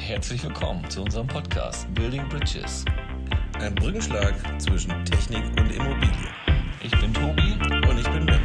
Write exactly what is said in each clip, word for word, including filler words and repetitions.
Herzlich willkommen zu unserem Podcast Building Bridges. Ein Brückenschlag zwischen Technik und Immobilie. Ich bin Tobi und ich bin Ben.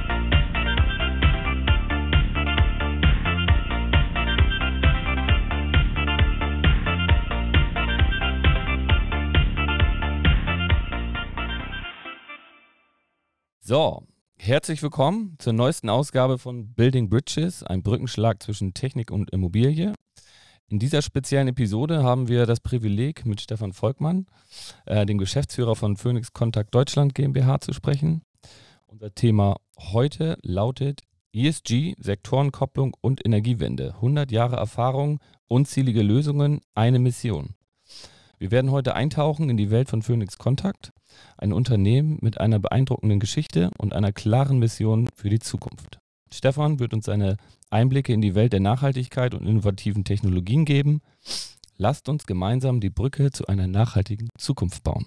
So, herzlich willkommen zur neuesten Ausgabe von Building Bridges, ein Brückenschlag zwischen Technik und Immobilie. In dieser speziellen Episode haben wir das Privileg, mit Stefan Volkmann, äh, dem Geschäftsführer von Phoenix Contact Deutschland GmbH, zu sprechen. Unser Thema heute lautet E S G, Sektorenkopplung und Energiewende. hundert Jahre Erfahrung, unzählige Lösungen, eine Mission. Wir werden heute eintauchen in die Welt von Phoenix Contact, ein Unternehmen mit einer beeindruckenden Geschichte und einer klaren Mission für die Zukunft. Stefan wird uns seine Einblicke in die Welt der Nachhaltigkeit und innovativen Technologien geben. Lasst uns gemeinsam die Brücke zu einer nachhaltigen Zukunft bauen.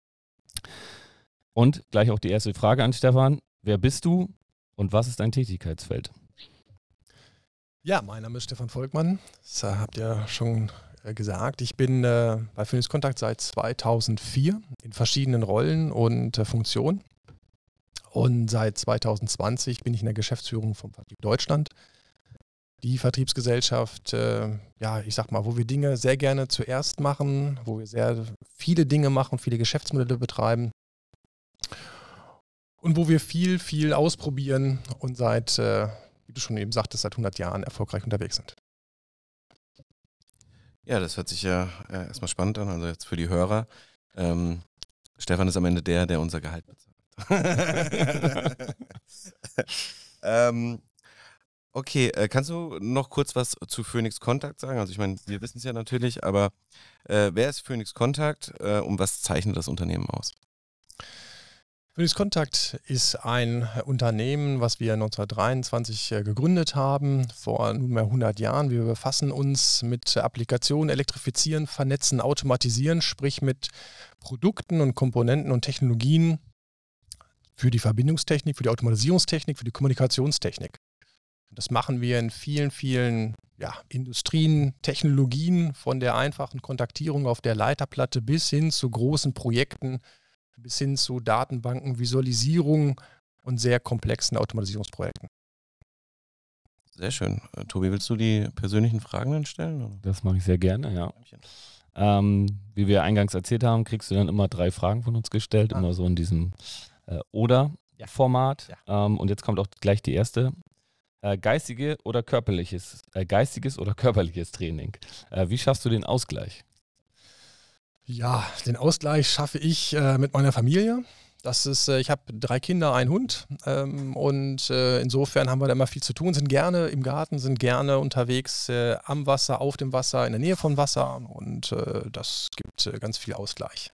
Und gleich auch die erste Frage an Stefan. Wer bist du und was ist dein Tätigkeitsfeld? Ja, mein Name ist Stefan Volkmann. Das habt ihr schon gesagt. Ich bin äh, bei Phoenix Contact seit zweitausendvier in verschiedenen Rollen und äh, Funktionen. Und seit zweitausendzwanzig bin ich in der Geschäftsführung vom Vertrieb Deutschland. Die Vertriebsgesellschaft, äh, ja, ich sag mal, wo wir Dinge sehr gerne zuerst machen, wo wir sehr viele Dinge machen, viele Geschäftsmodelle betreiben und wo wir viel, viel ausprobieren und seit, äh, wie du schon eben sagtest, seit hundert Jahren erfolgreich unterwegs sind. Ja, das hört sich ja äh, erstmal spannend an, also jetzt für die Hörer. Ähm, Stefan ist am Ende der, der unser Gehalt bezahlt. ähm, okay, äh, kannst du noch kurz was zu Phoenix Contact sagen? Also ich meine, wir wissen es ja natürlich, aber äh, wer ist Phoenix Contact äh, und was zeichnet das Unternehmen aus? Phoenix Contact ist ein Unternehmen, was wir neunzehnhundertdreiundzwanzig gegründet haben, vor nunmehr hundert Jahren. Wir befassen uns mit Applikationen, Elektrifizieren, Vernetzen, Automatisieren, sprich mit Produkten und Komponenten und Technologien für die Verbindungstechnik, für die Automatisierungstechnik, für die Kommunikationstechnik. Und das machen wir in vielen, vielen ja, Industrien, Technologien, von der einfachen Kontaktierung auf der Leiterplatte bis hin zu großen Projekten, bis hin zu Datenbanken, Visualisierung und sehr komplexen Automatisierungsprojekten. Sehr schön. Äh, Tobi, willst du die persönlichen Fragen dann stellen? Oder? Das mache ich sehr gerne, ja. Ähm, wie wir eingangs erzählt haben, kriegst du dann immer drei Fragen von uns gestellt, ah. immer so in diesem äh, Oder-Format. Ja. Ja. Ähm, und jetzt kommt auch gleich die erste. Äh, geistige oder körperliches, äh, geistiges oder körperliches Training. Äh, wie schaffst du den Ausgleich? Ja, den Ausgleich schaffe ich äh, mit meiner Familie. Das ist, äh, ich habe drei Kinder, einen Hund ähm, und äh, insofern haben wir da immer viel zu tun, sind gerne im Garten, sind gerne unterwegs äh, am Wasser, auf dem Wasser, in der Nähe von Wasser und äh, das gibt äh, ganz viel Ausgleich.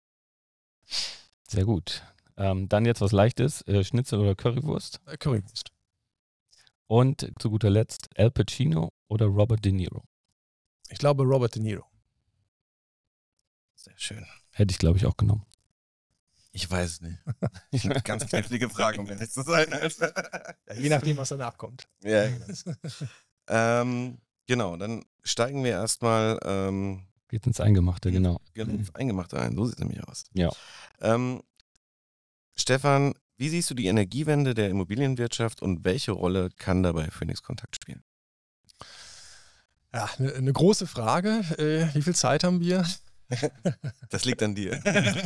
Sehr gut. Ähm, dann jetzt was Leichtes, äh, Schnitzel oder Currywurst? Äh, Currywurst. Und zu guter Letzt Al Pacino oder Robert De Niro? Ich glaube Robert De Niro. Sehr schön. Hätte ich, glaube ich, auch genommen. Ich weiß es nicht. Ich habe ganz knifflige Fragen, um ehrlich zu sein. Ja, je nachdem, was danach kommt. Ja, genau. ähm, genau, dann steigen wir erstmal. Ähm, Geht ins Eingemachte, genau. Genau, ins Eingemachte ein. So sieht es nämlich aus. Ja. Ähm, Stefan, wie siehst du die Energiewende der Immobilienwirtschaft und welche Rolle kann dabei Phoenix Contact spielen? Ja, eine, eine große Frage. Äh, wie viel Zeit haben wir? Das liegt an dir.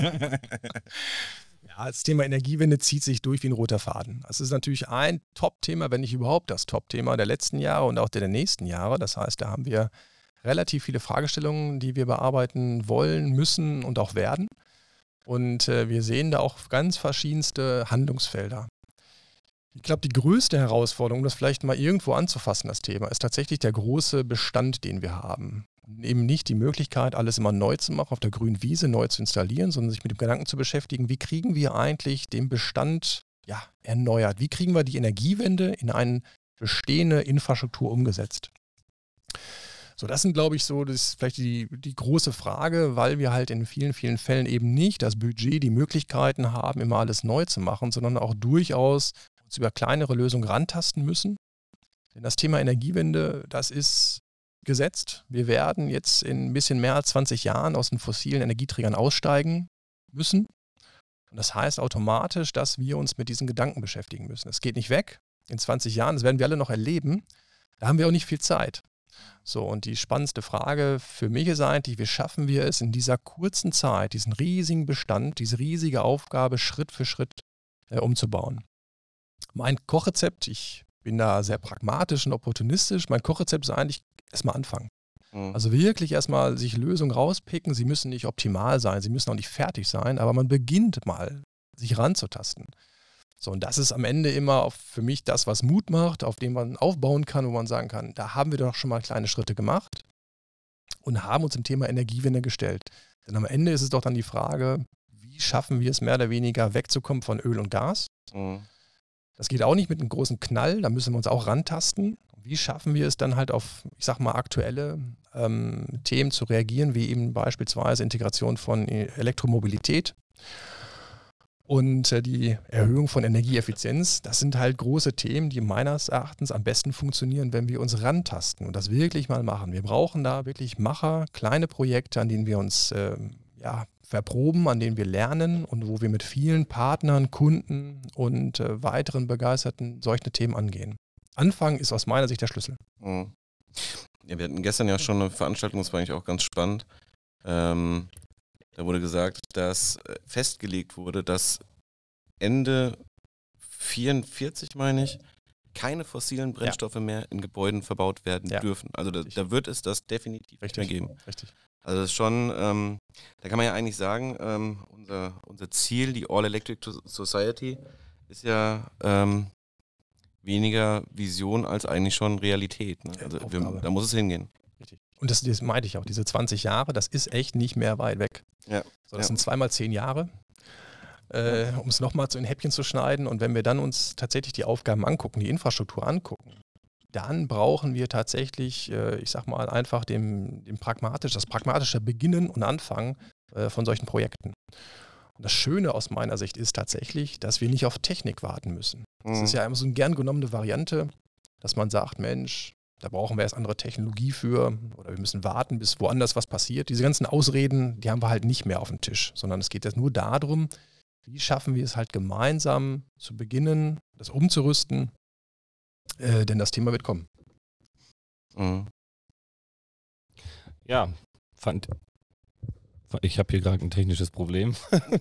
Ja, das Thema Energiewende zieht sich durch wie ein roter Faden. Das ist natürlich ein Top-Thema, wenn nicht überhaupt das Top-Thema der letzten Jahre und auch der nächsten Jahre. Das heißt, da haben wir relativ viele Fragestellungen, die wir bearbeiten wollen, müssen und auch werden. Und äh, wir sehen da auch ganz verschiedenste Handlungsfelder. Ich glaube, die größte Herausforderung, um das vielleicht mal irgendwo anzufassen, das Thema, ist tatsächlich der große Bestand, den wir haben. Eben nicht die Möglichkeit, alles immer neu zu machen, auf der grünen Wiese neu zu installieren, sondern sich mit dem Gedanken zu beschäftigen, wie kriegen wir eigentlich den Bestand ja, erneuert? Wie kriegen wir die Energiewende in eine bestehende Infrastruktur umgesetzt? So, das sind, glaube ich, so, das ist vielleicht die, die große Frage, weil wir halt in vielen, vielen Fällen eben nicht das Budget, die Möglichkeiten haben, immer alles neu zu machen, sondern auch durchaus uns über kleinere Lösungen rantasten müssen. Denn das Thema Energiewende, das ist gesetzt. Wir werden jetzt in ein bisschen mehr als zwanzig Jahren aus den fossilen Energieträgern aussteigen müssen. Und das heißt automatisch, dass wir uns mit diesen Gedanken beschäftigen müssen. Es geht nicht weg. In zwanzig Jahren, das werden wir alle noch erleben. Da haben wir auch nicht viel Zeit. So, und die spannendste Frage für mich ist eigentlich, wie schaffen wir es in dieser kurzen Zeit, diesen riesigen Bestand, diese riesige Aufgabe Schritt für Schritt äh, umzubauen. Mein Kochrezept, ich bin da sehr pragmatisch und opportunistisch, mein Kochrezept ist eigentlich erstmal anfangen. Mhm. Also wirklich erstmal sich Lösungen rauspicken. Sie müssen nicht optimal sein, sie müssen auch nicht fertig sein, aber man beginnt mal, sich ranzutasten. So, und das ist am Ende immer auf, für mich das, was Mut macht, auf dem man aufbauen kann, wo man sagen kann, da haben wir doch schon mal kleine Schritte gemacht und haben uns im Thema Energiewende gestellt. Denn am Ende ist es doch dann die Frage, wie schaffen wir es mehr oder weniger wegzukommen von Öl und Gas? Mhm. Das geht auch nicht mit einem großen Knall, da müssen wir uns auch rantasten. Wie schaffen wir es dann halt auf, ich sag mal, aktuelle ähm, Themen zu reagieren, wie eben beispielsweise Integration von Elektromobilität und äh, die Erhöhung von Energieeffizienz. Das sind halt große Themen, die meines Erachtens am besten funktionieren, wenn wir uns rantasten und das wirklich mal machen. Wir brauchen da wirklich Macher, kleine Projekte, an denen wir uns äh, ja, verproben, an denen wir lernen und wo wir mit vielen Partnern, Kunden und äh, weiteren Begeisterten solche Themen angehen. Anfangen ist aus meiner Sicht der Schlüssel. Mhm. Ja, wir hatten gestern ja schon eine Veranstaltung, das war eigentlich auch ganz spannend. Ähm, da wurde gesagt, dass festgelegt wurde, dass Ende vierundvierzig, meine ich, keine fossilen Brennstoffe ja. mehr in Gebäuden verbaut werden ja. dürfen. Also da, da wird es das definitiv Richtig. nicht mehr geben. Richtig. Also das ist schon, ähm, da kann man ja eigentlich sagen, ähm, unser, unser Ziel, die All-Electric Society, ist ja ähm, weniger Vision als eigentlich schon Realität. Ne? Also wir, da muss es hingehen. Richtig. Und das, das meinte ich auch, diese zwanzig Jahre, das ist echt nicht mehr weit weg. Ja. So, das ja. sind zweimal zehn Jahre, äh, um es nochmal so in Häppchen zu schneiden. Und wenn wir dann uns tatsächlich die Aufgaben angucken, die Infrastruktur angucken, dann brauchen wir tatsächlich, äh, ich sag mal, einfach dem, dem pragmatisch, das pragmatische Beginnen und Anfangen äh, von solchen Projekten. Und das Schöne aus meiner Sicht ist tatsächlich, dass wir nicht auf Technik warten müssen. Mhm. Das ist ja immer so eine gern genommene Variante, dass man sagt, Mensch, da brauchen wir erst andere Technologie für oder wir müssen warten, bis woanders was passiert. Diese ganzen Ausreden, die haben wir halt nicht mehr auf dem Tisch, sondern es geht jetzt nur darum, wie schaffen wir es halt gemeinsam zu beginnen, das umzurüsten, äh, denn das Thema wird kommen. Mhm. Ja, fand ich habe hier gerade ein technisches Problem.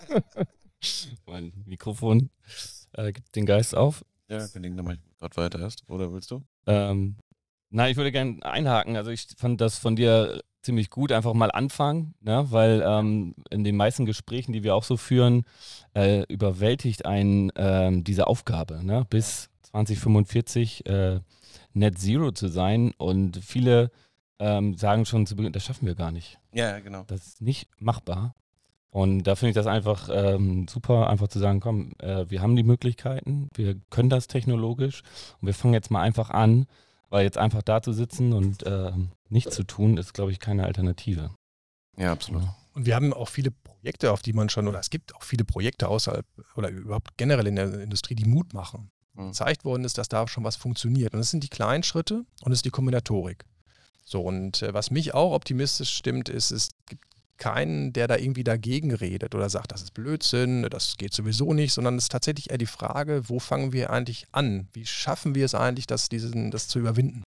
Mein Mikrofon äh, gibt den Geist auf. Ja, wir legen nochmal gerade weiter erst. Oder willst du? Ähm, nein, ich würde gerne einhaken. Also ich fand das von dir ziemlich gut, einfach mal anfangen, ne? Weil ähm, in den meisten Gesprächen, die wir auch so führen, äh, überwältigt einen ähm, diese Aufgabe, ne? Bis zwanzig fünfundvierzig äh, Net Zero zu sein und viele ähm, sagen schon zu Beginn, das schaffen wir gar nicht. Ja, genau. Das ist nicht machbar. Und da finde ich das einfach ähm, super, einfach zu sagen, komm, äh, wir haben die Möglichkeiten, wir können das technologisch und wir fangen jetzt mal einfach an, weil jetzt einfach da zu sitzen und äh, nichts zu tun, ist, glaube ich, keine Alternative. Ja, absolut. Ja. Und wir haben auch viele Projekte, auf die man schon, oder es gibt auch viele Projekte außerhalb oder überhaupt generell in der Industrie, die Mut machen. Mhm. Gezeigt worden ist, dass da schon was funktioniert. Und das sind die kleinen Schritte und das ist die Kombinatorik. So, und äh, was mich auch optimistisch stimmt, ist, es gibt keinen, der da irgendwie dagegen redet oder sagt, das ist Blödsinn, das geht sowieso nicht, sondern es ist tatsächlich eher die Frage, wo fangen wir eigentlich an? Wie schaffen wir es eigentlich, das, diesen, das zu überwinden?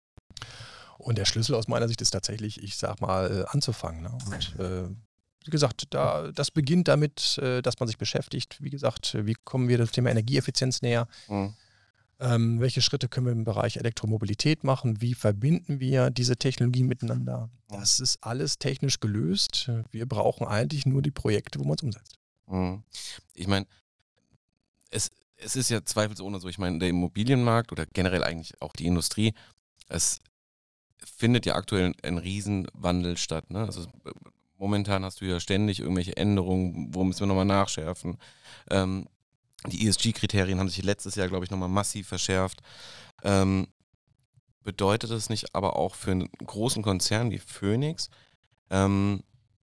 Und der Schlüssel aus meiner Sicht ist tatsächlich, ich sag mal, anzufangen. Ne? Und äh, wie gesagt, da, das beginnt damit, äh, dass man sich beschäftigt. Wie gesagt, wie kommen wir dem Thema Energieeffizienz näher? Mhm. Ähm, welche Schritte können wir im Bereich Elektromobilität machen? Wie verbinden wir diese Technologien miteinander? Das ist alles technisch gelöst. Wir brauchen eigentlich nur die Projekte, wo man es umsetzt. Mhm. Ich meine, es, es ist ja zweifelsohne so, ich meine, der Immobilienmarkt oder generell eigentlich auch die Industrie, es findet ja aktuell ein Riesenwandel statt. Ne? Also momentan hast du ja ständig irgendwelche Änderungen, wo müssen wir nochmal nachschärfen. Ähm, die E S G-Kriterien haben sich letztes Jahr, glaube ich, nochmal massiv verschärft. Ähm, bedeutet das nicht aber auch für einen großen Konzern wie Phoenix, ähm,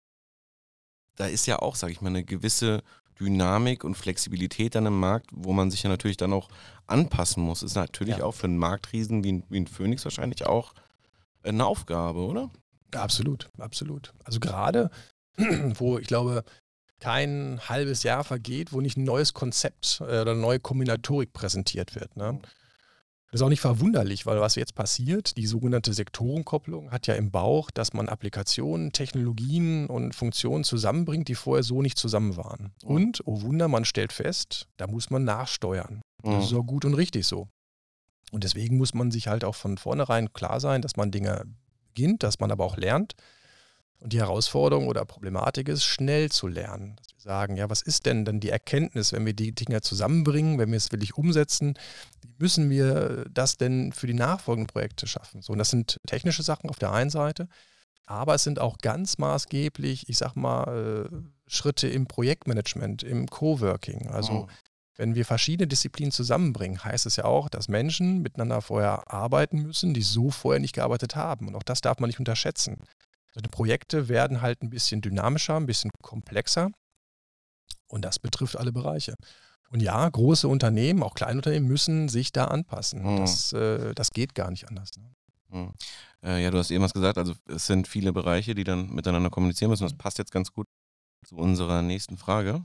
da ist ja auch, sage ich mal, eine gewisse Dynamik und Flexibilität dann im Markt, wo man sich ja natürlich dann auch anpassen muss. Ist natürlich ja. auch für einen Marktriesen wie ein, wie ein Phoenix wahrscheinlich auch eine Aufgabe, oder? Ja, absolut, absolut. Also gerade, wo ich glaube, kein halbes Jahr vergeht, wo nicht ein neues Konzept äh, oder eine neue Kombinatorik präsentiert wird. Ne? Das ist auch nicht verwunderlich, weil was jetzt passiert, die sogenannte Sektorenkopplung hat ja im Bauch, dass man Applikationen, Technologien und Funktionen zusammenbringt, die vorher so nicht zusammen waren. Mhm. Und, oh Wunder, man stellt fest, da muss man nachsteuern. Mhm. Das ist auch gut und richtig so. Und deswegen muss man sich halt auch von vornherein klar sein, dass man Dinge beginnt, dass man aber auch lernt. Und die Herausforderung oder Problematik ist, schnell zu lernen. Dass wir sagen, ja, was ist denn dann die Erkenntnis, wenn wir die Dinge zusammenbringen, wenn wir es wirklich umsetzen? Wie müssen wir das denn für die nachfolgenden Projekte schaffen? So, und das sind technische Sachen auf der einen Seite, aber es sind auch ganz maßgeblich, ich sag mal, äh, Schritte im Projektmanagement, im Coworking. Also Mhm. wenn wir verschiedene Disziplinen zusammenbringen, heißt es ja auch, dass Menschen miteinander vorher arbeiten müssen, die so vorher nicht gearbeitet haben. Und auch das darf man nicht unterschätzen. Also die Projekte werden halt ein bisschen dynamischer, ein bisschen komplexer und das betrifft alle Bereiche. Und ja, große Unternehmen, auch kleine Unternehmen müssen sich da anpassen. Mhm. Das, äh, das geht gar nicht anders. Ne? Mhm. Äh, ja, du hast eben was gesagt, also es sind viele Bereiche, die dann miteinander kommunizieren müssen. Das passt jetzt ganz gut zu unserer nächsten Frage.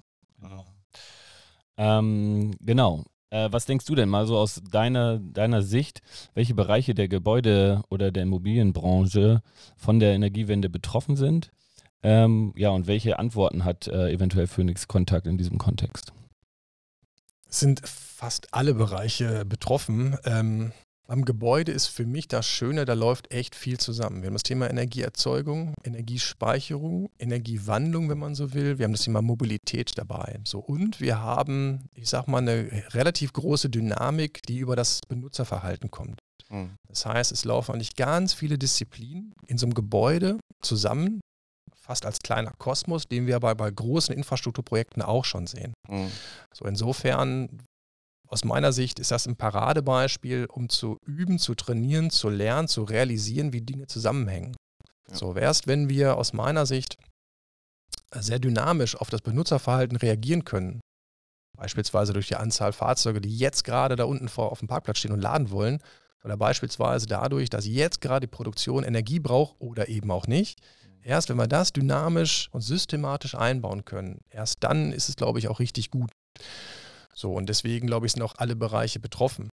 Ähm, genau. Äh, was denkst du denn mal so aus deiner, deiner Sicht, welche Bereiche der Gebäude- oder der Immobilienbranche von der Energiewende betroffen sind? Ähm, ja, und welche Antworten hat äh, eventuell Phoenix Kontakt in diesem Kontext? Es sind fast alle Bereiche betroffen. Ähm, beim Gebäude ist für mich das Schöne, da läuft echt viel zusammen. Wir haben das Thema Energieerzeugung, Energiespeicherung, Energiewandlung, wenn man so will. Wir haben das Thema Mobilität dabei. So, und wir haben, ich sag mal, eine relativ große Dynamik, die über das Benutzerverhalten kommt. Mhm. Das heißt, es laufen eigentlich ganz viele Disziplinen in so einem Gebäude zusammen, fast als kleiner Kosmos, den wir aber bei großen Infrastrukturprojekten auch schon sehen. Mhm. So, insofern, aus meiner Sicht ist das ein Paradebeispiel, um zu üben, zu trainieren, zu lernen, zu realisieren, wie Dinge zusammenhängen. Ja. So, erst wenn wir aus meiner Sicht sehr dynamisch auf das Benutzerverhalten reagieren können, beispielsweise durch die Anzahl Fahrzeuge, die jetzt gerade da unten vor auf dem Parkplatz stehen und laden wollen, oder beispielsweise dadurch, dass jetzt gerade die Produktion Energie braucht oder eben auch nicht. Erst wenn wir das dynamisch und systematisch einbauen können, erst dann ist es, glaube ich, auch richtig gut. So, und deswegen, glaube ich, sind auch alle Bereiche betroffen.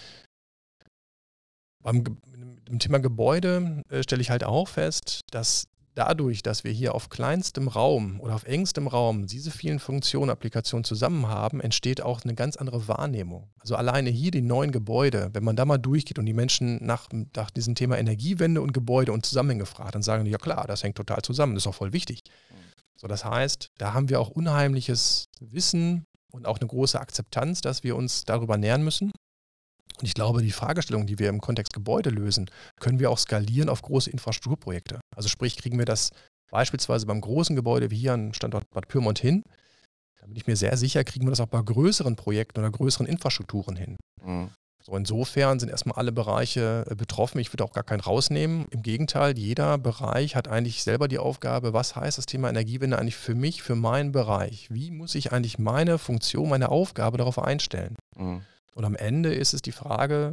Beim Ge- im Thema Gebäude äh, stelle ich halt auch fest, dass dadurch, dass wir hier auf kleinstem Raum oder auf engstem Raum diese vielen Funktionen, Applikationen zusammen haben, entsteht auch eine ganz andere Wahrnehmung. Also alleine hier die neuen Gebäude, wenn man da mal durchgeht und die Menschen nach, nach diesem Thema Energiewende und Gebäude und Zusammenhänge fragt, dann sagen die, ja klar, das hängt total zusammen, das ist auch voll wichtig. So, das heißt, da haben wir auch unheimliches Wissen und auch eine große Akzeptanz, dass wir uns darüber nähern müssen. Und ich glaube, die Fragestellungen, die wir im Kontext Gebäude lösen, können wir auch skalieren auf große Infrastrukturprojekte. Also sprich, kriegen wir das beispielsweise beim großen Gebäude wie hier am Standort Bad Pyrmont hin, da bin ich mir sehr sicher, kriegen wir das auch bei größeren Projekten oder größeren Infrastrukturen hin. Mhm. So, insofern sind erstmal alle Bereiche äh, betroffen. Ich würde auch gar keinen rausnehmen. Im Gegenteil, jeder Bereich hat eigentlich selber die Aufgabe, was heißt das Thema Energiewende eigentlich für mich, für meinen Bereich? Wie muss ich eigentlich meine Funktion, meine Aufgabe darauf einstellen? Mhm. Und am Ende ist es die Frage,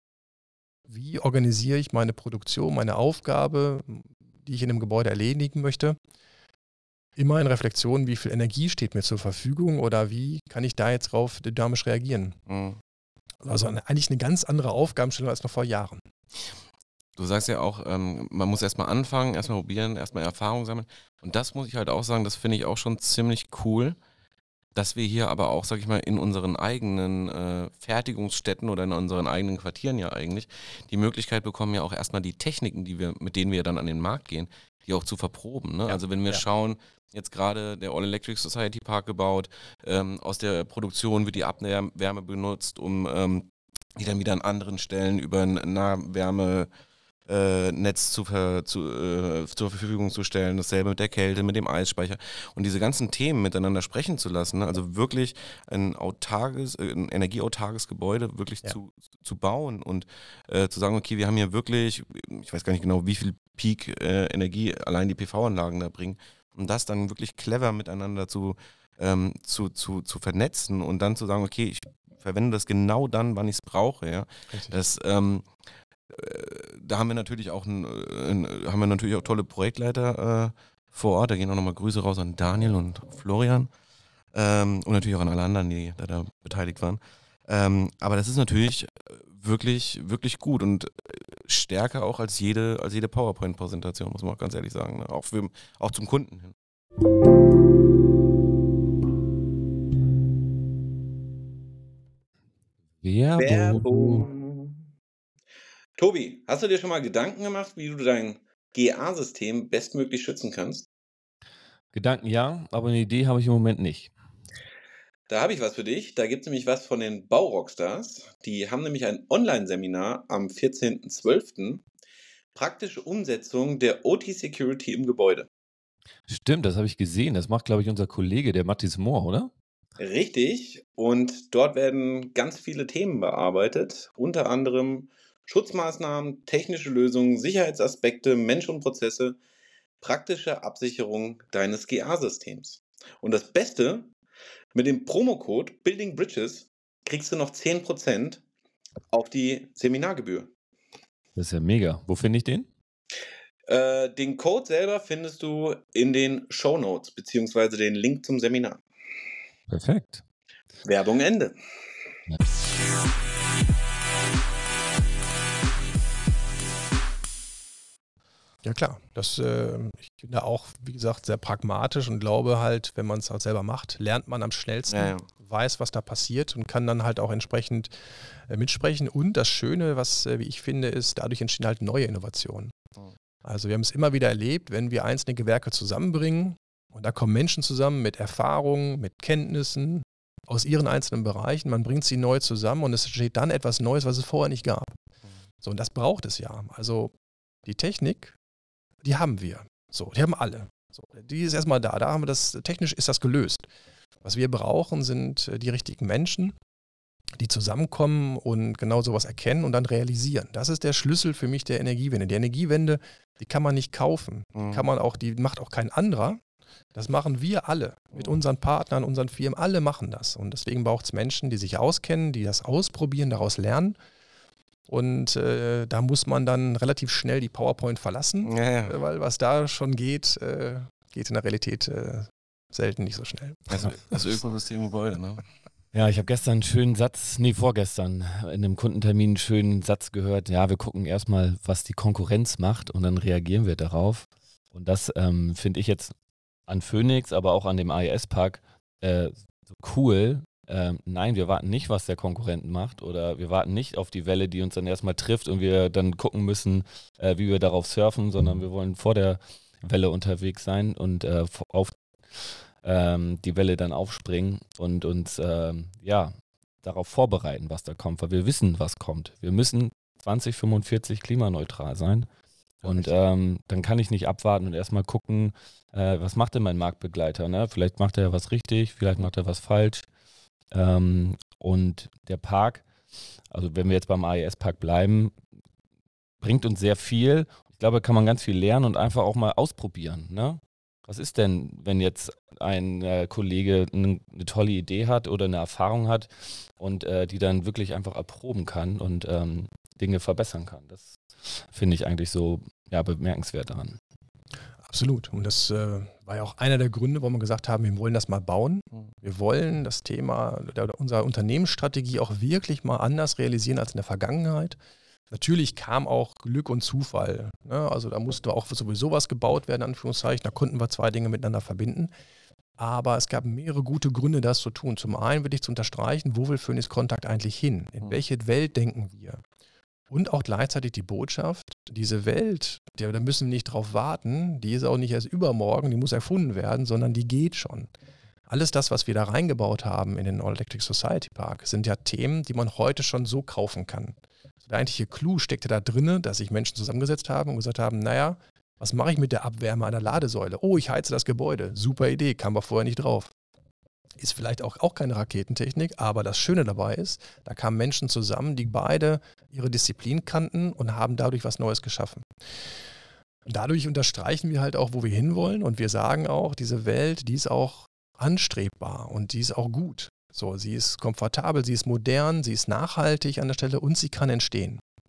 wie organisiere ich meine Produktion, meine Aufgabe, die ich in einem Gebäude erledigen möchte? Immer in Reflexion, wie viel Energie steht mir zur Verfügung oder wie kann ich da jetzt drauf dynamisch reagieren? Mhm. Also eine, eigentlich eine ganz andere Aufgabenstellung als noch vor Jahren. Du sagst ja auch, ähm, man muss erstmal anfangen, erstmal probieren, erstmal Erfahrung sammeln. Und das muss ich halt auch sagen, das finde ich auch schon ziemlich cool, dass wir hier aber auch, sag ich mal, in unseren eigenen äh, Fertigungsstätten oder in unseren eigenen Quartieren ja eigentlich die Möglichkeit bekommen, ja auch erstmal die Techniken, die wir, mit denen wir dann an den Markt gehen, die auch zu verproben. Ne? Ja, Also wenn wir ja. schauen, jetzt gerade der All Electric Society Park gebaut, ähm, aus der Produktion wird die Abwärme benutzt, um ähm, die dann wieder an anderen Stellen über ein Nahwärme Äh, Netz zu ver, zu, äh, zur Verfügung zu stellen, dasselbe mit der Kälte, mit dem Eisspeicher und diese ganzen Themen miteinander sprechen zu lassen, ne? Also wirklich ein autarkes, äh, ein energieautarkes Gebäude wirklich Ja. zu, zu bauen und äh, zu sagen, okay, wir haben hier wirklich, ich weiß gar nicht genau, wie viel Peak äh, Energie allein die P V-Anlagen da bringen, um das dann wirklich clever miteinander zu, ähm, zu, zu, zu vernetzen und dann zu sagen, okay, ich verwende das genau dann, wann ich es brauche, ja. Richtig. Das ähm, da haben wir natürlich auch ein, ein, haben wir natürlich auch tolle Projektleiter äh, vor Ort. Da gehen auch nochmal Grüße raus an Daniel und Florian ähm, und natürlich auch an alle anderen, die da, da beteiligt waren. Ähm, aber das ist natürlich wirklich, wirklich gut und stärker auch als jede, als jede PowerPoint-Präsentation, muss man auch ganz ehrlich sagen. Ne? Auch, für, auch zum Kunden hin. Werbung. Werbung. Tobi, hast du dir schon mal Gedanken gemacht, wie du dein G A-System bestmöglich schützen kannst? Gedanken ja, aber eine Idee habe ich im Moment nicht. Da habe ich was für dich. Da gibt es nämlich was von den Baurockstars. Die haben nämlich ein Online-Seminar am vierzehnten zwölften Praktische Umsetzung der O T-Security im Gebäude. Stimmt, das habe ich gesehen. Das macht, glaube ich, unser Kollege, der Mathis Mohr, oder? Richtig. Und dort werden ganz viele Themen bearbeitet. Unter anderem Schutzmaßnahmen, technische Lösungen, Sicherheitsaspekte, Mensch und Prozesse, praktische Absicherung deines G A-Systems. Und das Beste, mit dem Promocode Building Bridges kriegst du noch zehn Prozent auf die Seminargebühr. Das ist ja mega. Wo finde ich den? Äh, den Code selber findest du in den Shownotes, beziehungsweise den Link zum Seminar. Perfekt. Werbung Ende. Ja. Ja klar, das, äh, ich bin da auch, wie gesagt, sehr pragmatisch und glaube halt, wenn man es halt selber macht, lernt man am schnellsten, Ja, ja. weiß, was da passiert und kann dann halt auch entsprechend äh, mitsprechen. Und das Schöne, was, äh, wie ich finde, ist, dadurch entstehen halt neue Innovationen. Mhm. Also wir haben es immer wieder erlebt, wenn wir einzelne Gewerke zusammenbringen und da kommen Menschen zusammen mit Erfahrungen, mit Kenntnissen aus ihren einzelnen Bereichen, man bringt sie neu zusammen und es entsteht dann etwas Neues, was es vorher nicht gab. So, und das braucht es ja. Also die Technik, die haben wir. So, die haben alle. So, die ist erstmal da. Da haben wir das, technisch ist das gelöst. Was wir brauchen, sind die richtigen Menschen, die zusammenkommen und genau sowas erkennen und dann realisieren. Das ist der Schlüssel für mich der Energiewende. Die Energiewende, die kann man nicht kaufen. Die kann man auch, die macht auch kein anderer. Das machen wir alle mit unseren Partnern, unseren Firmen. Alle machen das. Und deswegen braucht es Menschen, die sich auskennen, die das ausprobieren, daraus lernen. Und äh, da muss man dann relativ schnell die PowerPoint verlassen, Ja, ja. äh, weil was da schon geht, äh, geht in der Realität äh, selten nicht so schnell. Also das Ökosystem Gebäude, ne? Ja, ich habe gestern einen schönen Satz, nee, vorgestern in einem Kundentermin einen schönen Satz gehört. Ja, wir gucken erstmal, was die Konkurrenz macht und dann reagieren wir darauf. Und das ähm, finde ich jetzt an Phoenix, aber auch an dem A E S-Park äh, so cool. Ähm, nein, wir warten nicht, was der Konkurrent macht oder wir warten nicht auf die Welle, die uns dann erstmal trifft und wir dann gucken müssen, äh, wie wir darauf surfen, sondern wir wollen vor der Welle unterwegs sein und äh, auf ähm, die Welle dann aufspringen und uns ähm, ja, darauf vorbereiten, was da kommt, weil wir wissen, was kommt. Wir müssen zwanzig fünfundvierzig klimaneutral sein. Und ähm, dann kann ich nicht abwarten und erstmal gucken, äh, was macht denn mein Marktbegleiter? Ne? Vielleicht macht er ja was richtig, vielleicht macht er was falsch. Ähm, und der Park, also wenn wir jetzt beim A E S-Park bleiben, bringt uns sehr viel. Ich glaube, da kann man ganz viel lernen und einfach auch mal ausprobieren. Ne? Was ist denn, wenn jetzt ein äh, Kollege eine, eine tolle Idee hat oder eine Erfahrung hat und äh, die dann wirklich einfach erproben kann und ähm, Dinge verbessern kann? Das finde ich eigentlich so ja, bemerkenswert daran. Absolut. Und das äh, war ja auch einer der Gründe, warum wir gesagt haben, wir wollen das mal bauen. Wir wollen das Thema der, unserer Unternehmensstrategie auch wirklich mal anders realisieren als in der Vergangenheit. Natürlich kam auch Glück und Zufall. Ne? Also da musste auch sowieso was gebaut werden, in Anführungszeichen. Da konnten wir zwei Dinge miteinander verbinden. Aber es gab mehrere gute Gründe, das zu tun. Zum einen will ich zu unterstreichen, wo will Phoenix Contact eigentlich hin? In welche Welt denken wir? Und auch gleichzeitig die Botschaft, diese Welt, die, da müssen wir nicht drauf warten, die ist auch nicht erst übermorgen, die muss erfunden werden, sondern die geht schon. Alles das, was wir da reingebaut haben in den All Electric Society Park, sind ja Themen, die man heute schon so kaufen kann. Also der eigentliche Clou steckte da drin, dass sich Menschen zusammengesetzt haben und gesagt haben, naja, was mache ich mit der Abwärme einer Ladesäule? Oh, ich heize das Gebäude. Super Idee, kam wir vorher nicht drauf. Ist vielleicht auch, auch keine Raketentechnik, aber das Schöne dabei ist, da kamen Menschen zusammen, die beide ihre Disziplin kannten und haben dadurch was Neues geschaffen. Und dadurch unterstreichen wir halt auch, wo wir hinwollen und wir sagen auch, diese Welt, die ist auch anstrebbar und die ist auch gut. So, sie ist komfortabel, sie ist modern, sie ist nachhaltig an der Stelle und sie kann entstehen.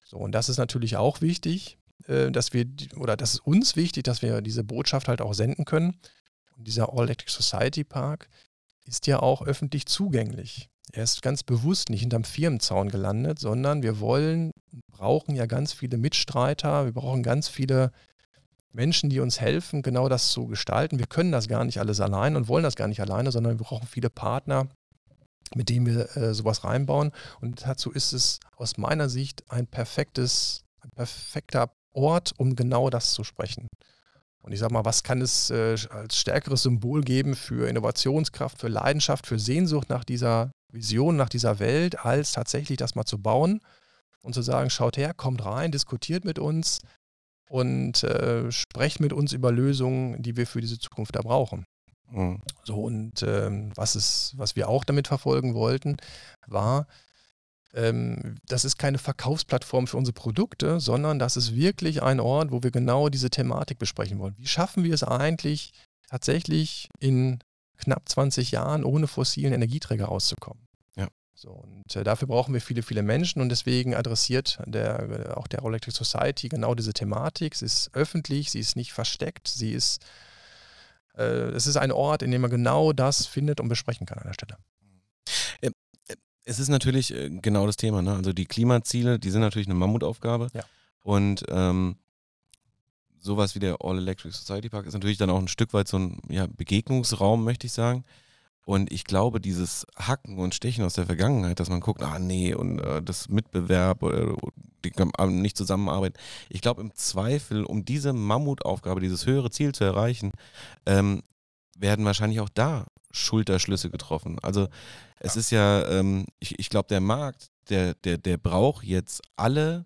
So, und das ist natürlich auch wichtig, äh, dass wir, oder das ist uns wichtig, dass wir diese Botschaft halt auch senden können. Und dieser All Electric Society Park ist ja auch öffentlich zugänglich. Er ist ganz bewusst nicht hinterm Firmenzaun gelandet, sondern wir wollen, brauchen ja ganz viele Mitstreiter, wir brauchen ganz viele Menschen, die uns helfen, genau das zu gestalten. Wir können das gar nicht alles allein und wollen das gar nicht alleine, sondern wir brauchen viele Partner, mit denen wir äh, sowas reinbauen. Und dazu ist es aus meiner Sicht ein perfektes, ein perfekter Ort, um genau das zu sprechen. Und ich sage mal, was kann es äh, als stärkeres Symbol geben für Innovationskraft, für Leidenschaft, für Sehnsucht nach dieser Vision, nach dieser Welt, als tatsächlich das mal zu bauen und zu sagen, schaut her, kommt rein, diskutiert mit uns und äh, sprecht mit uns über Lösungen, die wir für diese Zukunft da brauchen. Mhm. So, und ähm, was, ist, was wir auch damit verfolgen wollten, war, ähm, das ist keine Verkaufsplattform für unsere Produkte, sondern das ist wirklich ein Ort, wo wir genau diese Thematik besprechen wollen. Wie schaffen wir es eigentlich, tatsächlich in knapp zwanzig Jahren ohne fossilen Energieträger auszukommen? Ja. So, und äh, dafür brauchen wir viele, viele Menschen und deswegen adressiert der, auch der All Electric Society genau diese Thematik. Sie ist öffentlich, sie ist nicht versteckt, sie ist, äh, es ist ein Ort, in dem man genau das findet und besprechen kann an der Stelle. Ähm. Es ist natürlich äh, genau das Thema, ne? Also die Klimaziele, die sind natürlich eine Mammutaufgabe. Ja. Und ähm, sowas wie der All Electric Society Park ist natürlich dann auch ein Stück weit so ein ja, Begegnungsraum, möchte ich sagen. Und ich glaube, dieses Hacken und Stechen aus der Vergangenheit, dass man guckt, ah nee, und äh, das Mitbewerb oder die können nicht zusammenarbeiten. Ich glaube im Zweifel, um diese Mammutaufgabe, dieses höhere Ziel zu erreichen, ähm, werden wahrscheinlich auch da Schulterschlüsse getroffen. Also es ja. ist ja, ähm, ich, ich glaube, der Markt, der, der, der braucht jetzt alle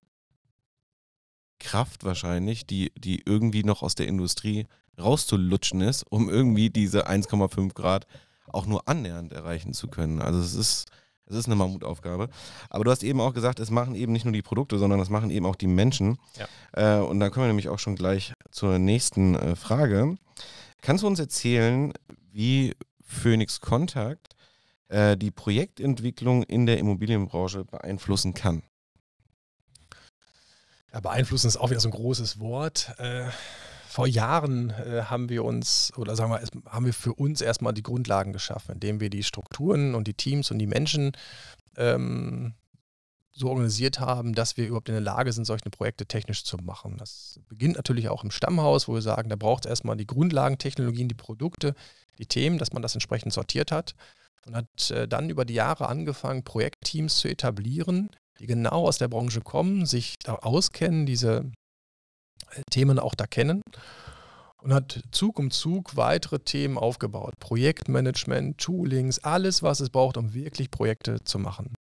Kraft wahrscheinlich, die, die irgendwie noch aus der Industrie rauszulutschen ist, um irgendwie diese eins Komma fünf Grad auch nur annähernd erreichen zu können. Also es ist, es ist eine Mammutaufgabe. Aber du hast eben auch gesagt, es machen eben nicht nur die Produkte, sondern es machen eben auch die Menschen. Ja. Äh, und da kommen wir nämlich auch schon gleich zur nächsten äh, Frage. Kannst du uns erzählen, wie Phoenix Contact äh, die Projektentwicklung in der Immobilienbranche beeinflussen kann? Ja, beeinflussen ist auch wieder so ein großes Wort. Äh, vor Jahren äh, haben wir uns, oder sagen wir, haben wir für uns erstmal die Grundlagen geschaffen, indem wir die Strukturen und die Teams und die Menschen ähm, so organisiert haben, dass wir überhaupt in der Lage sind, solche Projekte technisch zu machen. Das beginnt natürlich auch im Stammhaus, wo wir sagen, da braucht es erstmal die Grundlagentechnologien, die Produkte, die Themen, dass man das entsprechend sortiert hat und hat äh, dann über die Jahre angefangen, Projektteams zu etablieren, die genau aus der Branche kommen, sich da auskennen, diese äh, Themen auch da kennen und hat Zug um Zug weitere Themen aufgebaut. Projektmanagement, Toolings, alles, was es braucht, um wirklich Projekte zu machen.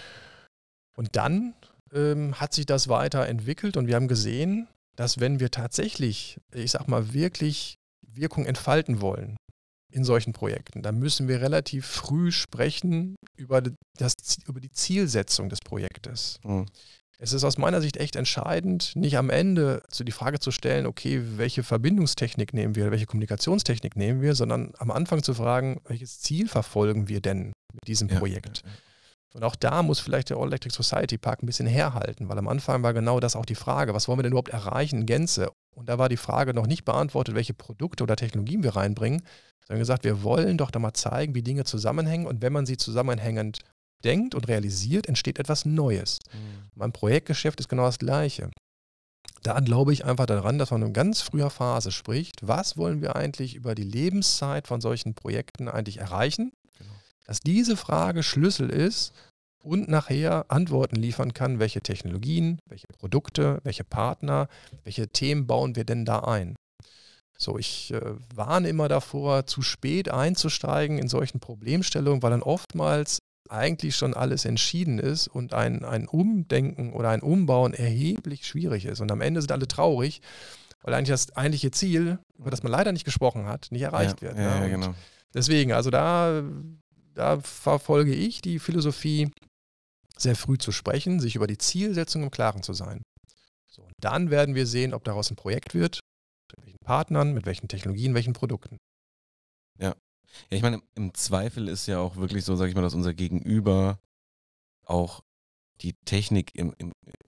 Und dann ähm, hat sich das weiterentwickelt und wir haben gesehen, dass wenn wir tatsächlich, ich sag mal, wirklich Wirkung entfalten wollen in solchen Projekten, dann müssen wir relativ früh sprechen über, das, über die Zielsetzung des Projektes. Mhm. Es ist aus meiner Sicht echt entscheidend, nicht am Ende zu die Frage zu stellen, okay, welche Verbindungstechnik nehmen wir, welche Kommunikationstechnik nehmen wir, sondern am Anfang zu fragen, welches Ziel verfolgen wir denn mit diesem ja. Projekt? Und auch da muss vielleicht der All Electric Society Park ein bisschen herhalten, weil am Anfang war genau das auch die Frage, was wollen wir denn überhaupt erreichen in Gänze? Und da war die Frage noch nicht beantwortet, welche Produkte oder Technologien wir reinbringen, sondern gesagt, wir wollen doch da mal zeigen, wie Dinge zusammenhängen und wenn man sie zusammenhängend denkt und realisiert, entsteht etwas Neues. Mhm. Mein Projektgeschäft ist genau das Gleiche. Da glaube ich einfach daran, dass man in ganz früher Phase spricht, was wollen wir eigentlich über die Lebenszeit von solchen Projekten eigentlich erreichen? Genau. Dass diese Frage Schlüssel ist und nachher Antworten liefern kann, welche Technologien, welche Produkte, welche Partner, welche Themen bauen wir denn da ein. So, ich äh, warne immer davor, zu spät einzusteigen in solchen Problemstellungen, weil dann oftmals eigentlich schon alles entschieden ist und ein, ein Umdenken oder ein Umbauen erheblich schwierig ist. Und am Ende sind alle traurig, weil eigentlich das eigentliche Ziel, über das man leider nicht gesprochen hat, nicht erreicht ja, wird. Ja, ja, ja, genau. Deswegen, also da, da verfolge ich die Philosophie, sehr früh zu sprechen, sich über die Zielsetzung im Klaren zu sein. So, und dann werden wir sehen, ob daraus ein Projekt wird, mit welchen Partnern, mit welchen Technologien, welchen Produkten. Ja. Ja, ich meine, im Zweifel ist ja auch wirklich so, sag ich mal, dass unser Gegenüber auch die Technik im, im,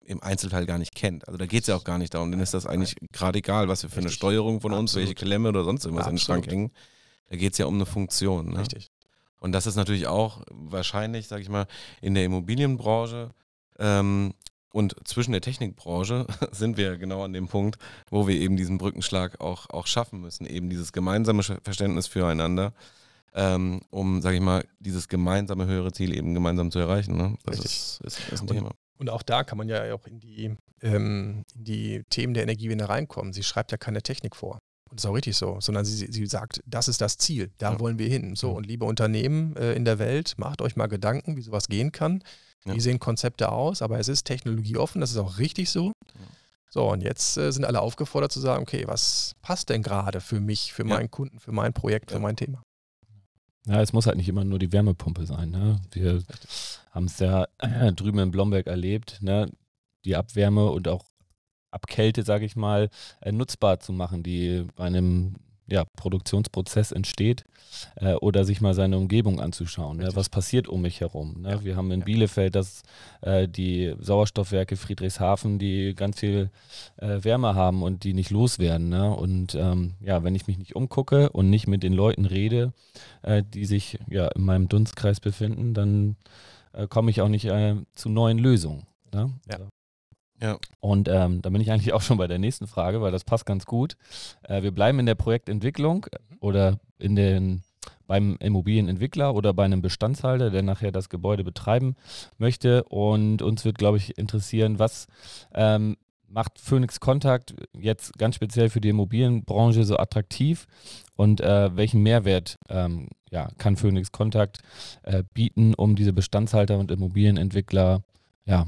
im Einzelteil gar nicht kennt. Also da geht es ja auch gar nicht darum, denen ist das eigentlich gerade egal, was wir für eine Steuerung von uns, Absolut. welche Klemme oder sonst irgendwas in den Schrank Absolut. hängen. Da geht es ja um eine Funktion. Ne? Richtig. Und das ist natürlich auch wahrscheinlich, sage ich mal, in der Immobilienbranche ähm, und zwischen der Technikbranche sind wir genau an dem Punkt, wo wir eben diesen Brückenschlag auch, auch schaffen müssen, eben dieses gemeinsame Verständnis füreinander, ähm, um, sage ich mal, dieses gemeinsame höhere Ziel eben gemeinsam zu erreichen. Ne? Das ist, ist, ist ein Und, Thema. und auch da kann man ja auch in die, ähm, in die Themen der Energiewende reinkommen. Sie schreibt ja keine Technik vor. Und das ist auch richtig so, sondern sie, sie sagt, das ist das Ziel, da Ja. wollen wir hin. So, Mhm. und liebe Unternehmen äh, in der Welt, macht euch mal Gedanken, wie sowas gehen kann. Ja. Wie sehen Konzepte aus, aber es ist technologieoffen, das ist auch richtig so. Ja. So, und jetzt äh, sind alle aufgefordert zu sagen, okay, was passt denn gerade für mich, für Ja. meinen Kunden, für mein Projekt, Ja. für mein Thema? Ja, es muss halt nicht immer nur die Wärmepumpe sein. Ne? Wir haben es ja äh, drüben in Blomberg erlebt, ne? Die Abwärme und auch Abkälte, sage ich mal, äh, nutzbar zu machen, die bei einem ja, Produktionsprozess entsteht äh, oder sich mal seine Umgebung anzuschauen. Ne? Richtig. Was passiert um mich herum? Ne? Ja. Wir haben in Ja. Bielefeld das, äh, die Sauerstoffwerke Friedrichshafen, die ganz viel äh, Wärme haben und die nicht loswerden. Ne? Und ähm, ja, wenn ich mich nicht umgucke und nicht mit den Leuten rede, äh, die sich ja in meinem Dunstkreis befinden, dann äh, komme ich auch nicht äh, zu neuen Lösungen. Ne? Ja. Ja. Und ähm, da bin ich eigentlich auch schon bei der nächsten Frage, weil das passt ganz gut. Äh, wir bleiben in der Projektentwicklung oder in den, beim Immobilienentwickler oder bei einem Bestandshalter, der nachher das Gebäude betreiben möchte. Und uns wird, glaube ich, interessieren, was ähm, macht Phoenix Contact jetzt ganz speziell für die Immobilienbranche so attraktiv und äh, welchen Mehrwert ähm, ja, kann Phoenix Contact äh, bieten, um diese Bestandshalter und Immobilienentwickler ja,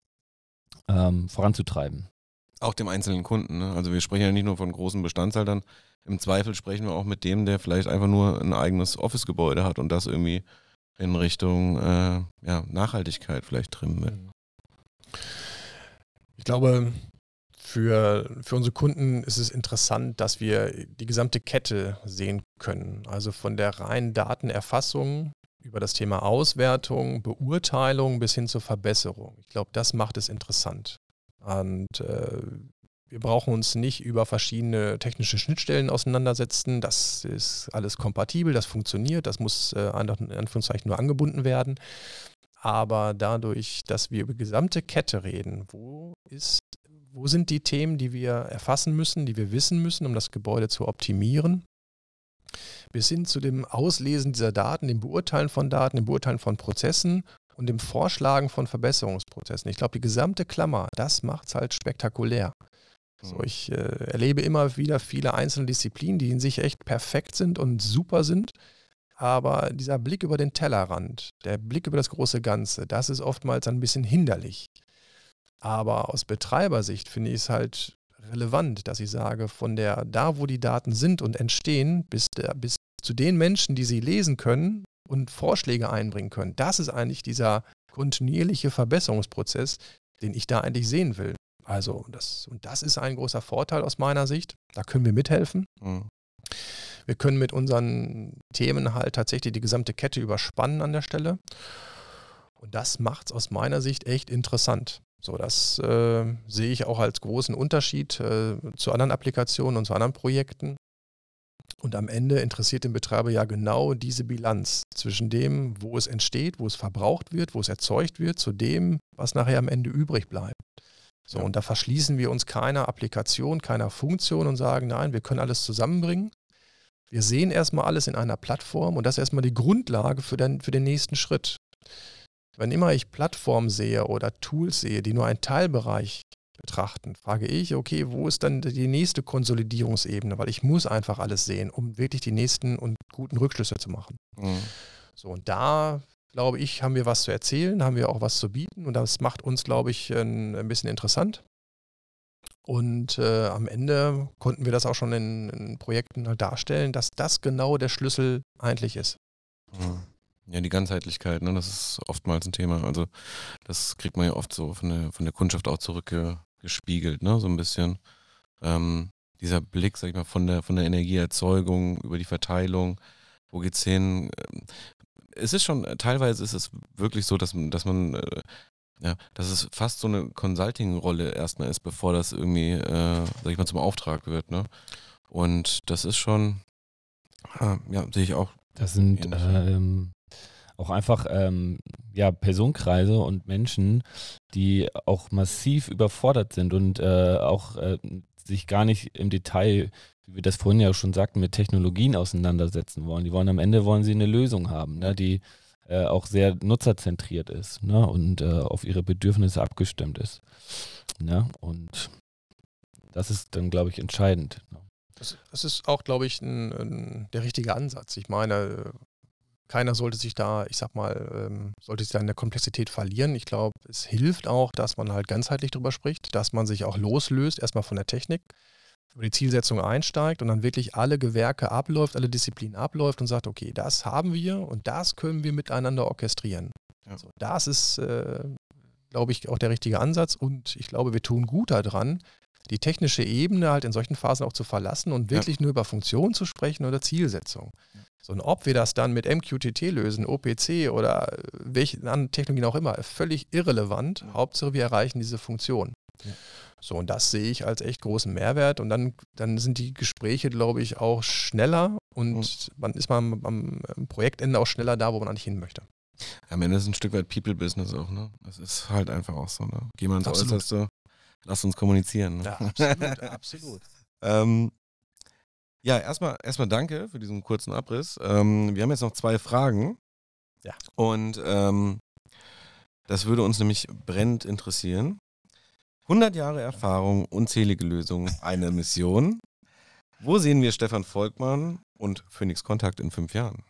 ähm, voranzutreiben. Auch dem einzelnen Kunden. Ne? Also wir sprechen ja nicht nur von großen Bestandshaltern. Im Zweifel sprechen wir auch mit dem, der vielleicht einfach nur ein eigenes Office-Gebäude hat und das irgendwie in Richtung äh, ja, Nachhaltigkeit vielleicht trimmen will. Ich glaube, für, für unsere Kunden ist es interessant, dass wir die gesamte Kette sehen können. Also von der reinen Datenerfassung über das Thema Auswertung, Beurteilung bis hin zur Verbesserung. Ich glaube, das macht es interessant. Und äh, wir brauchen uns nicht über verschiedene technische Schnittstellen auseinandersetzen. Das ist alles kompatibel, das funktioniert, das muss äh, in Anführungszeichen nur angebunden werden. Aber dadurch, dass wir über die gesamte Kette reden, wo ist, wo sind die Themen, die wir erfassen müssen, die wir wissen müssen, um das Gebäude zu optimieren, bis hin zu dem Auslesen dieser Daten, dem Beurteilen von Daten, dem Beurteilen von Prozessen und dem Vorschlagen von Verbesserungsprozessen. Ich glaube, die gesamte Klammer, das macht es halt spektakulär. So, ich äh, erlebe immer wieder viele einzelne Disziplinen, die in sich echt perfekt sind und super sind. Aber dieser Blick über den Tellerrand, der Blick über das große Ganze, das ist oftmals ein bisschen hinderlich. Aber aus Betreibersicht finde ich es halt relevant, dass ich sage, von der, da wo die Daten sind und entstehen, bis, der, bis zu den Menschen, die sie lesen können und Vorschläge einbringen können, das ist eigentlich dieser kontinuierliche Verbesserungsprozess, den ich da eigentlich sehen will. Also das, und das ist ein großer Vorteil aus meiner Sicht. Da können wir mithelfen. Mhm. Wir können mit unseren Themen halt tatsächlich die gesamte Kette überspannen an der Stelle. Und das macht es aus meiner Sicht echt interessant. So, das äh, sehe ich auch als großen Unterschied äh, zu anderen Applikationen und zu anderen Projekten. Und am Ende interessiert den Betreiber ja genau diese Bilanz zwischen dem, wo es entsteht, wo es verbraucht wird, wo es erzeugt wird, zu dem, was nachher am Ende übrig bleibt. So, Ja. und da verschließen wir uns keiner Applikation, keiner Funktion und sagen, nein, wir können alles zusammenbringen. Wir sehen erstmal alles in einer Plattform und das ist erstmal die Grundlage für den, für den nächsten Schritt. Wenn immer ich Plattformen sehe oder Tools sehe, die nur einen Teilbereich betrachten, frage ich, okay, wo ist dann die nächste Konsolidierungsebene? Weil ich muss einfach alles sehen, um wirklich die nächsten und guten Rückschlüsse zu machen. Mhm. So, und da, glaube ich, haben wir was zu erzählen, haben wir auch was zu bieten und das macht uns, glaube ich, ein, ein bisschen interessant. Und äh, am Ende konnten wir das auch schon in, in Projekten halt darstellen, dass das genau der Schlüssel eigentlich ist. Mhm. Ja, die Ganzheitlichkeit, ne, das ist oftmals ein Thema. Also das kriegt man ja oft so von der, von der Kundschaft auch zurückgespiegelt, ne, so ein bisschen. Ähm, dieser Blick, sag ich mal, von der, von der Energieerzeugung über die Verteilung, wo geht's hin? Es ist schon, teilweise ist es wirklich so, dass, dass man äh, Ja, dass es fast so eine Consulting-Rolle erstmal ist, bevor das irgendwie, äh, sag ich mal, zum Auftrag wird, ne? Und das ist schon, ja, ja sehe ich auch. Das sind ähnlich. ähm, auch einfach ähm, ja, Personenkreise und Menschen, die auch massiv überfordert sind und äh, auch äh, sich gar nicht im Detail, wie wir das vorhin ja schon sagten, mit Technologien auseinandersetzen wollen. Die wollen am Ende wollen sie eine Lösung haben, ne, die äh, auch sehr nutzerzentriert ist, ne, und äh, auf ihre Bedürfnisse abgestimmt ist. Ne, und das ist dann, glaube ich, entscheidend. Ne. Das, das ist auch, glaube ich, ein, ein, der richtige Ansatz. Ich meine, keiner sollte sich da, ich sag mal, ähm, sollte sich da in der Komplexität verlieren. Ich glaube, es hilft auch, dass man halt ganzheitlich drüber spricht, dass man sich auch loslöst, erstmal von der Technik, über die Zielsetzung einsteigt und dann wirklich alle Gewerke abläuft, alle Disziplinen abläuft und sagt, okay, das haben wir und das können wir miteinander orchestrieren. Ja. Also das ist, äh, glaube ich, auch der richtige Ansatz und ich glaube, wir tun gut daran, die technische Ebene halt in solchen Phasen auch zu verlassen und wirklich ja. nur über Funktion zu sprechen oder Zielsetzung. Ja. So, und ob wir das dann mit M Q T T lösen, O P C oder welche anderen Technologien auch immer, völlig irrelevant. Ja. Hauptsache, wir erreichen diese Funktion. Ja. So, und das sehe ich als echt großen Mehrwert. Und dann, dann sind die Gespräche, glaube ich, auch schneller und mhm. man ist man am, am Projektende auch schneller da, wo man eigentlich hin möchte. Am Ende ist es ein Stück weit People-Business auch, ne? Das ist halt einfach auch so, ne? Geh mal ins Absolut. Äußerste. Lass uns kommunizieren. Ne? Ja, absolut, absolut. ähm, ja, erstmal erstmal danke für diesen kurzen Abriss. Ähm, wir haben jetzt noch zwei Fragen. Ja. Und ähm, das würde uns nämlich brennend interessieren. hundert Jahre Erfahrung, unzählige Lösungen, eine Mission. Wo sehen wir Stefan Volkmann und Phoenix Contact in fünf Jahren?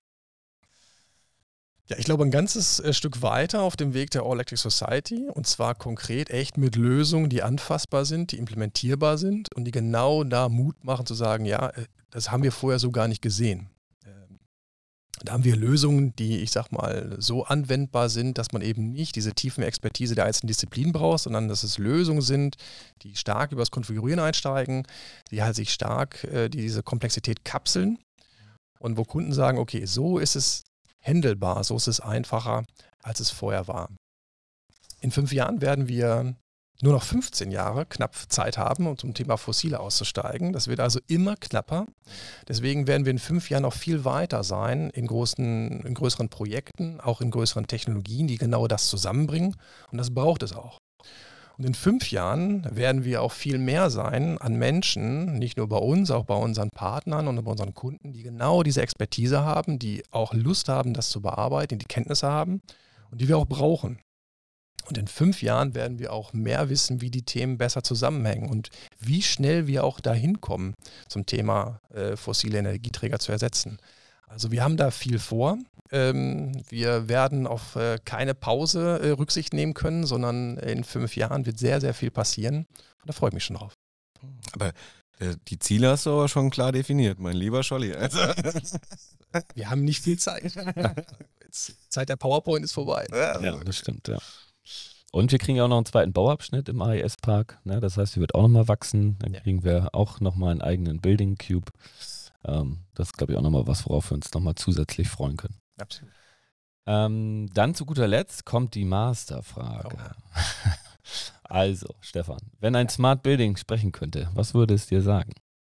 Ja, ich glaube, ein ganzes äh, Stück weiter auf dem Weg der All-Electric Society und zwar konkret echt mit Lösungen, die anfassbar sind, die implementierbar sind und die genau da Mut machen zu sagen, ja, äh, das haben wir vorher so gar nicht gesehen. Ähm, da haben wir Lösungen, die, ich sag mal, so anwendbar sind, dass man eben nicht diese tiefen Expertise der einzelnen Disziplinen braucht, sondern dass es Lösungen sind, die stark über das Konfigurieren einsteigen, die halt sich stark, äh, die diese Komplexität kapseln und wo Kunden sagen, okay, so ist es handelbar, so ist es einfacher, als es vorher war. In fünf Jahren werden wir nur noch fünfzehn Jahre knapp Zeit haben, um zum Thema Fossile auszusteigen. Das wird also immer knapper. Deswegen werden wir in fünf Jahren noch viel weiter sein in, großen, in größeren Projekten, auch in größeren Technologien, die genau das zusammenbringen. Und das braucht es auch. Und in fünf Jahren werden wir auch viel mehr sein an Menschen, nicht nur bei uns, auch bei unseren Partnern und bei unseren Kunden, die genau diese Expertise haben, die auch Lust haben, das zu bearbeiten, die Kenntnisse haben und die wir auch brauchen. Und in fünf Jahren werden wir auch mehr wissen, wie die Themen besser zusammenhängen und wie schnell wir auch dahin kommen, zum Thema äh, fossile Energieträger zu ersetzen. Also wir haben da viel vor. Ähm, wir werden auf äh, keine Pause äh, Rücksicht nehmen können, sondern in fünf Jahren wird sehr, sehr viel passieren. Und da freue ich mich schon drauf. Aber äh, die Ziele hast du aber schon klar definiert, mein lieber Scholli. Also. Wir haben nicht viel Zeit. Ja. Jetzt, Zeit der PowerPoint ist vorbei. Ja, ja, das stimmt, ja. Und wir kriegen ja auch noch einen zweiten Bauabschnitt im A E S-Park. Ne? Das heißt, wir wird auch nochmal wachsen. Dann Ja. kriegen wir auch nochmal einen eigenen Building Cube. Ähm, das ist, glaube ich, auch nochmal was, worauf wir uns nochmal zusätzlich freuen können. Absolut. Ähm, dann zu guter Letzt kommt die Masterfrage. Oh. Also, Stefan, wenn ein Smart Building sprechen könnte, was würde es dir sagen?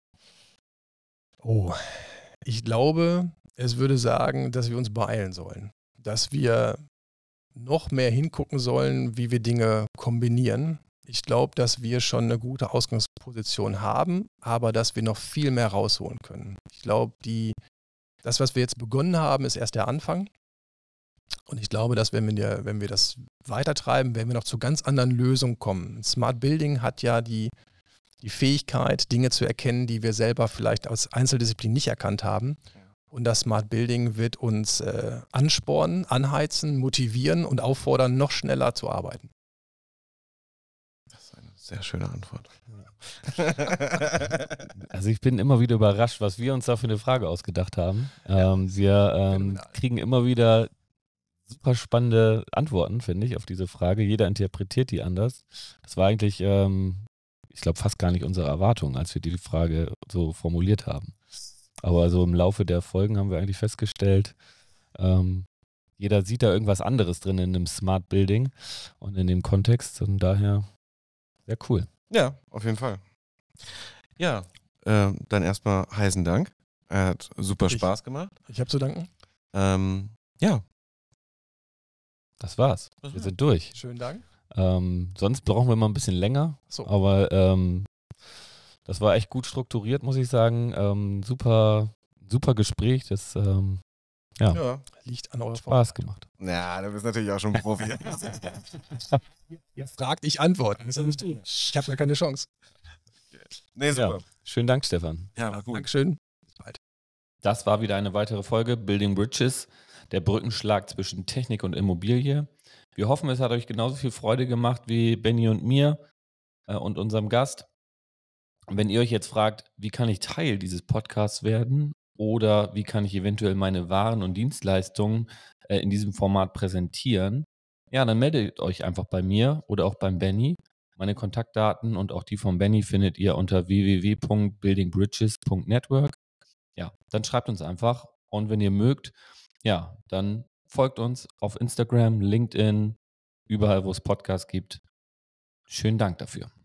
Oh, ich glaube, es würde sagen, dass wir uns beeilen sollen. Dass wir noch mehr hingucken sollen, wie wir Dinge kombinieren. Ich glaube, dass wir schon eine gute Ausgangsposition haben, aber dass wir noch viel mehr rausholen können. Ich glaube, die, das, was wir jetzt begonnen haben, ist erst der Anfang. Und ich glaube, dass wenn wir, wenn wir das weitertreiben, werden wir noch zu ganz anderen Lösungen kommen. Smart Building hat ja die, die Fähigkeit, Dinge zu erkennen, die wir selber vielleicht als Einzeldisziplin nicht erkannt haben. Und das Smart Building wird uns äh, anspornen, anheizen, motivieren und auffordern, noch schneller zu arbeiten. Das ist eine sehr schöne Antwort. Also ich bin immer wieder überrascht, was wir uns da für eine Frage ausgedacht haben. Ja. Ähm, wir ähm, kriegen immer wieder super spannende Antworten, finde ich, auf diese Frage. Jeder interpretiert die anders. Das war eigentlich, ähm, ich glaube, fast gar nicht unsere Erwartung, als wir die Frage so formuliert haben. Aber so im Laufe der Folgen haben wir eigentlich festgestellt, ähm, jeder sieht da irgendwas anderes drin in einem Smart Building und in dem Kontext und daher sehr cool. Ja, auf jeden Fall. Ja, äh, dann erstmal heißen Dank. Er hat super Ich- Spaß gemacht. Ich habe zu danken. Ähm, ja, Das war's. Das Wir war's. sind durch. Schönen Dank. Ähm, sonst brauchen wir mal ein bisschen länger, So. aber ähm, das war echt gut strukturiert, muss ich sagen. Ähm, super, super Gespräch, das ähm, ja, ja. Liegt an eurer Spaß gemacht. Ja, du bist natürlich auch schon Profi. Ihr fragt, ich antworte. Das ist ja nicht tun. Ich habe ja keine Chance. nee, super. Ja, schönen Dank, Stefan. Ja, war gut. Dankeschön. Das war wieder eine weitere Folge Building Bridges, der Brückenschlag zwischen Technik und Immobilie. Wir hoffen, es hat euch genauso viel Freude gemacht wie Benny und mir äh, und unserem Gast. Wenn ihr euch jetzt fragt, wie kann ich Teil dieses Podcasts werden oder wie kann ich eventuell meine Waren und Dienstleistungen äh, in diesem Format präsentieren, ja, dann meldet euch einfach bei mir oder auch beim Benny. Meine Kontaktdaten und auch die von Benny findet ihr unter w w w punkt building bridges punkt network. Ja, dann schreibt uns einfach und wenn ihr mögt, ja, dann folgt uns auf Instagram, LinkedIn, überall, wo es Podcasts gibt. Schönen Dank dafür.